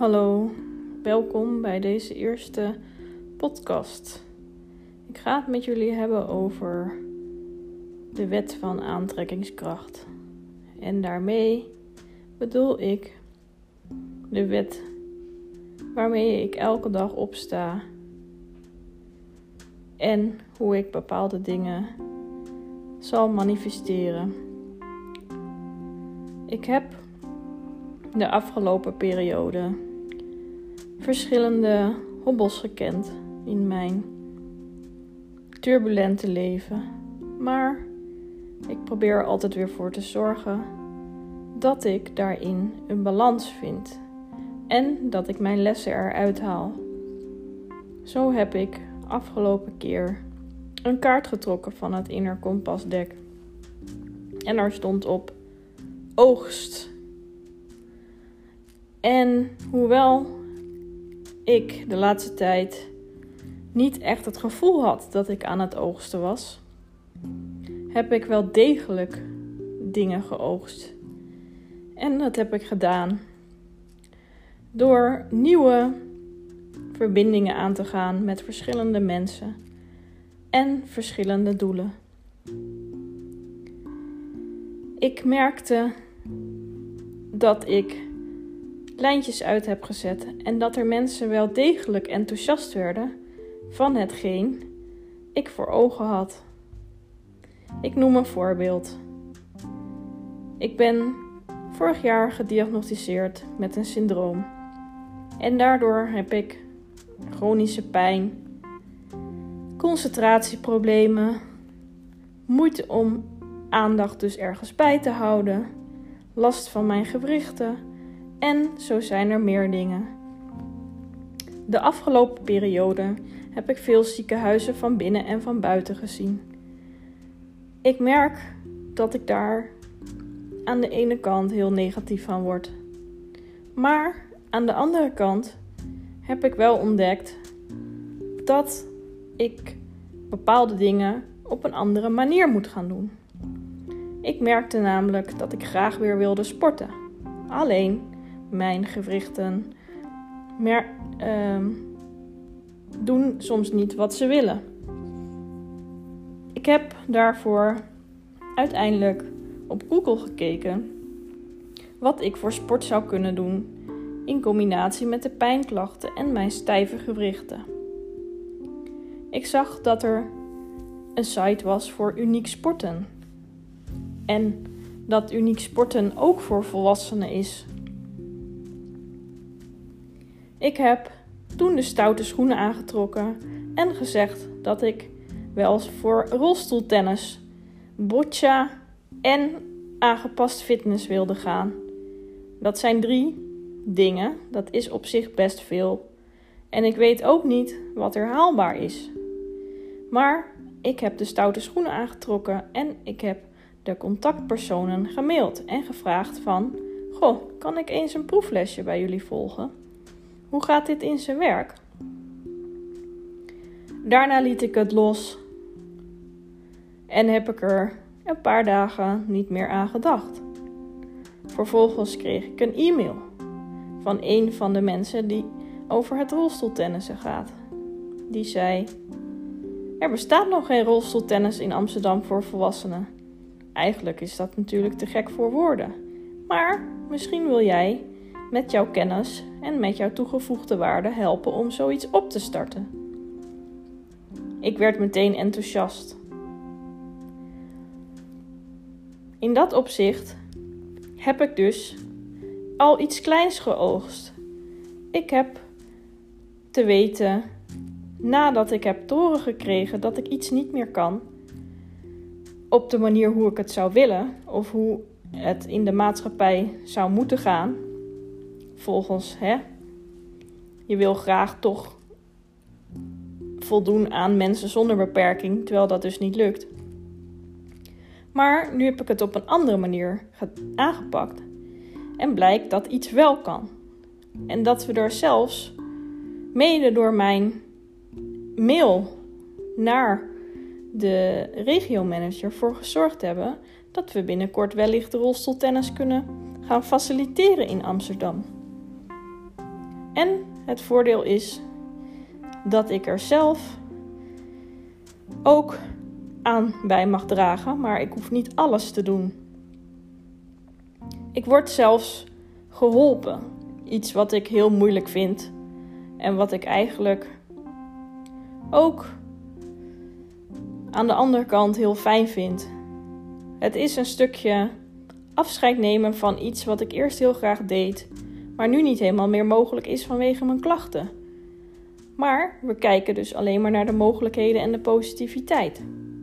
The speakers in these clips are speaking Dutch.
Hallo, welkom bij deze eerste podcast. Ik ga het met jullie hebben over de wet van aantrekkingskracht. En daarmee bedoel ik de wet waarmee ik elke dag opsta en hoe ik bepaalde dingen zal manifesteren. Ik heb de afgelopen periode verschillende hobbels gekend in mijn turbulente leven. Maar ik probeer er altijd weer voor te zorgen dat ik daarin een balans vind. En dat ik mijn lessen eruit haal. Zo heb ik afgelopen keer een kaart getrokken van het Inner Kompasdek. En daar stond op oogst. En hoewel ik de laatste tijd niet echt het gevoel had dat ik aan het oogsten was, heb ik wel degelijk dingen geoogst. En dat heb ik gedaan door nieuwe verbindingen aan te gaan met verschillende mensen en verschillende doelen. Ik merkte dat ik lijntjes uit heb gezet en dat er mensen wel degelijk enthousiast werden van hetgeen ik voor ogen had. Ik noem een voorbeeld. Ik ben vorig jaar gediagnosticeerd met een syndroom. En daardoor heb ik chronische pijn, concentratieproblemen, moeite om aandacht dus ergens bij te houden, last van mijn gewrichten en zo zijn er meer dingen. De afgelopen periode heb ik veel ziekenhuizen van binnen en van buiten gezien. Ik merk dat ik daar aan de ene kant heel negatief van word. Maar aan de andere kant heb ik wel ontdekt dat ik bepaalde dingen op een andere manier moet gaan doen. Ik merkte namelijk dat ik graag weer wilde sporten. Alleen mijn gewrichten doen soms niet wat ze willen. Ik heb daarvoor uiteindelijk op Google gekeken wat ik voor sport zou kunnen doen in combinatie met de pijnklachten en mijn stijve gewrichten. Ik zag dat er een site was voor uniek sporten. En dat uniek sporten ook voor volwassenen is. Ik heb toen de stoute schoenen aangetrokken en gezegd dat ik wel voor rolstoeltennis, boccia en aangepast fitness wilde gaan. Dat zijn 3 dingen, dat is op zich best veel. En ik weet ook niet wat er haalbaar is. Maar ik heb de stoute schoenen aangetrokken en ik heb de contactpersonen gemaild en gevraagd van: goh, kan ik eens een proeflesje bij jullie volgen? Hoe gaat dit in zijn werk? Daarna liet ik het los en heb ik er een paar dagen niet meer aan gedacht. Vervolgens kreeg ik een e-mail van een van de mensen die over het rolstoeltennissen gaat. Die zei: er bestaat nog geen rolstoeltennis in Amsterdam voor volwassenen. Eigenlijk is dat natuurlijk te gek voor woorden. Maar misschien wil jij met jouw kennis en met jouw toegevoegde waarde helpen om zoiets op te starten. Ik werd meteen enthousiast. In dat opzicht heb ik dus al iets kleins geoogst. Ik heb te weten, nadat ik heb te horen gekregen dat ik iets niet meer kan, op de manier hoe ik het zou willen, of hoe het in de maatschappij zou moeten gaan, volgens, je wil graag toch voldoen aan mensen zonder beperking, terwijl dat dus niet lukt. Maar nu heb ik het op een andere manier aangepakt. En blijkt dat iets wel kan. En dat we er zelfs, mede door mijn mail naar de regiomanager, voor gezorgd hebben dat we binnenkort wellicht de rolstoeltennis kunnen gaan faciliteren in Amsterdam. En het voordeel is dat ik er zelf ook aan bij mag dragen, maar ik hoef niet alles te doen. Ik word zelfs geholpen. Iets wat ik heel moeilijk vind en wat ik eigenlijk ook aan de andere kant heel fijn vind. Het is een stukje afscheid nemen van iets wat ik eerst heel graag deed, maar nu niet helemaal meer mogelijk is vanwege mijn klachten. Maar we kijken dus alleen maar naar de mogelijkheden en de positiviteit.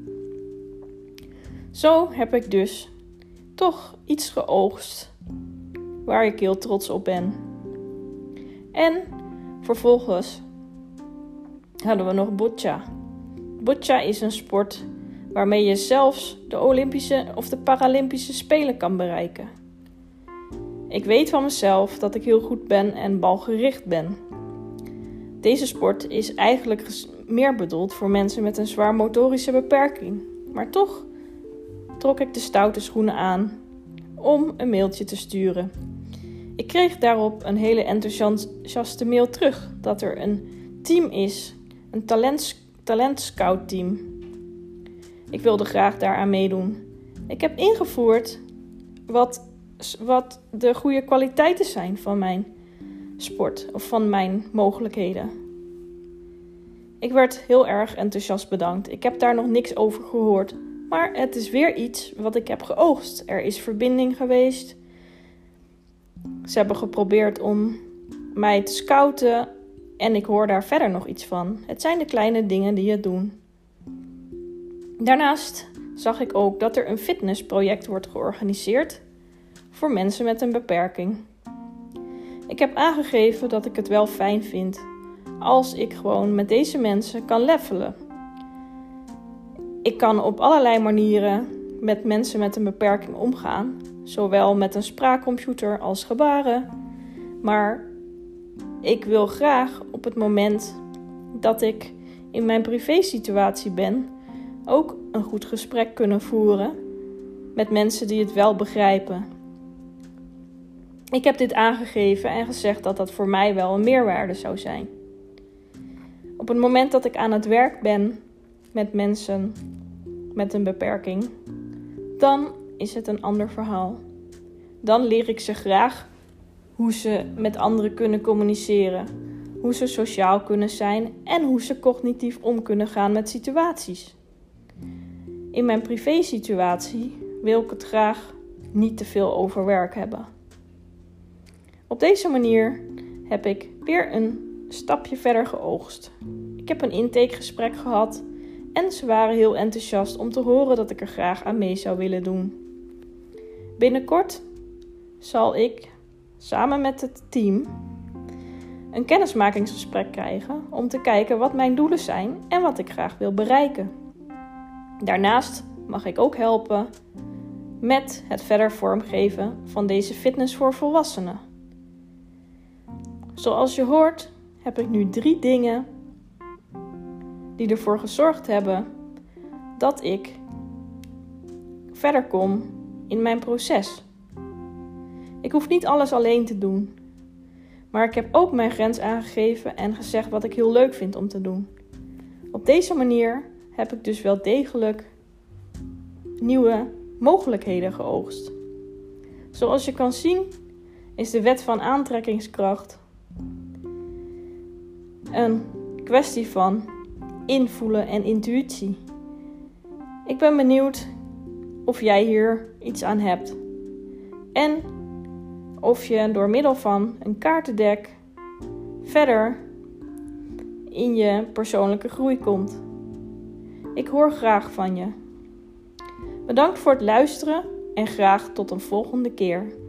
Zo heb ik dus toch iets geoogst waar ik heel trots op ben. En vervolgens hadden we nog boccia. Boccia is een sport waarmee je zelfs de Olympische of de Paralympische Spelen kan bereiken. Ik weet van mezelf dat ik heel goed ben en balgericht ben. Deze sport is eigenlijk meer bedoeld voor mensen met een zwaar motorische beperking. Maar toch trok ik de stoute schoenen aan om een mailtje te sturen. Ik kreeg daarop een hele enthousiaste mail terug dat er een team is, een talentscout team. Ik wilde graag daaraan meedoen. Ik heb ingevoerd wat de goede kwaliteiten zijn van mijn sport of van mijn mogelijkheden. Ik werd heel erg enthousiast bedankt. Ik heb daar nog niks over gehoord, maar het is weer iets wat ik heb geoogst. Er is verbinding geweest. Ze hebben geprobeerd om mij te scouten en ik hoor daar verder nog iets van. Het zijn de kleine dingen die het doen. Daarnaast zag ik ook dat er een fitnessproject wordt georganiseerd voor mensen met een beperking. Ik heb aangegeven dat ik het wel fijn vind als ik gewoon met deze mensen kan levelen. Ik kan op allerlei manieren met mensen met een beperking omgaan, zowel met een spraakcomputer als gebaren. Maar ik wil graag op het moment dat ik in mijn privésituatie ben, ook een goed gesprek kunnen voeren met mensen die het wel begrijpen. Ik heb dit aangegeven en gezegd dat dat voor mij wel een meerwaarde zou zijn. Op het moment dat ik aan het werk ben met mensen met een beperking, dan is het een ander verhaal. Dan leer ik ze graag hoe ze met anderen kunnen communiceren, hoe ze sociaal kunnen zijn en hoe ze cognitief om kunnen gaan met situaties. In mijn privésituatie wil ik het graag niet te veel over werk hebben. Op deze manier heb ik weer een stapje verder geoogst. Ik heb een intakegesprek gehad en ze waren heel enthousiast om te horen dat ik er graag aan mee zou willen doen. Binnenkort zal ik samen met het team een kennismakingsgesprek krijgen om te kijken wat mijn doelen zijn en wat ik graag wil bereiken. Daarnaast mag ik ook helpen met het verder vormgeven van deze fitness voor volwassenen. Zoals je hoort heb ik nu 3 dingen die ervoor gezorgd hebben dat ik verder kom in mijn proces. Ik hoef niet alles alleen te doen, maar ik heb ook mijn grens aangegeven en gezegd wat ik heel leuk vind om te doen. Op deze manier heb ik dus wel degelijk nieuwe mogelijkheden geoogst. Zoals je kan zien is de wet van aantrekkingskracht een kwestie van invoelen en intuïtie. Ik ben benieuwd of jij hier iets aan hebt. En of je door middel van een kaartendek verder in je persoonlijke groei komt. Ik hoor graag van je. Bedankt voor het luisteren en graag tot een volgende keer.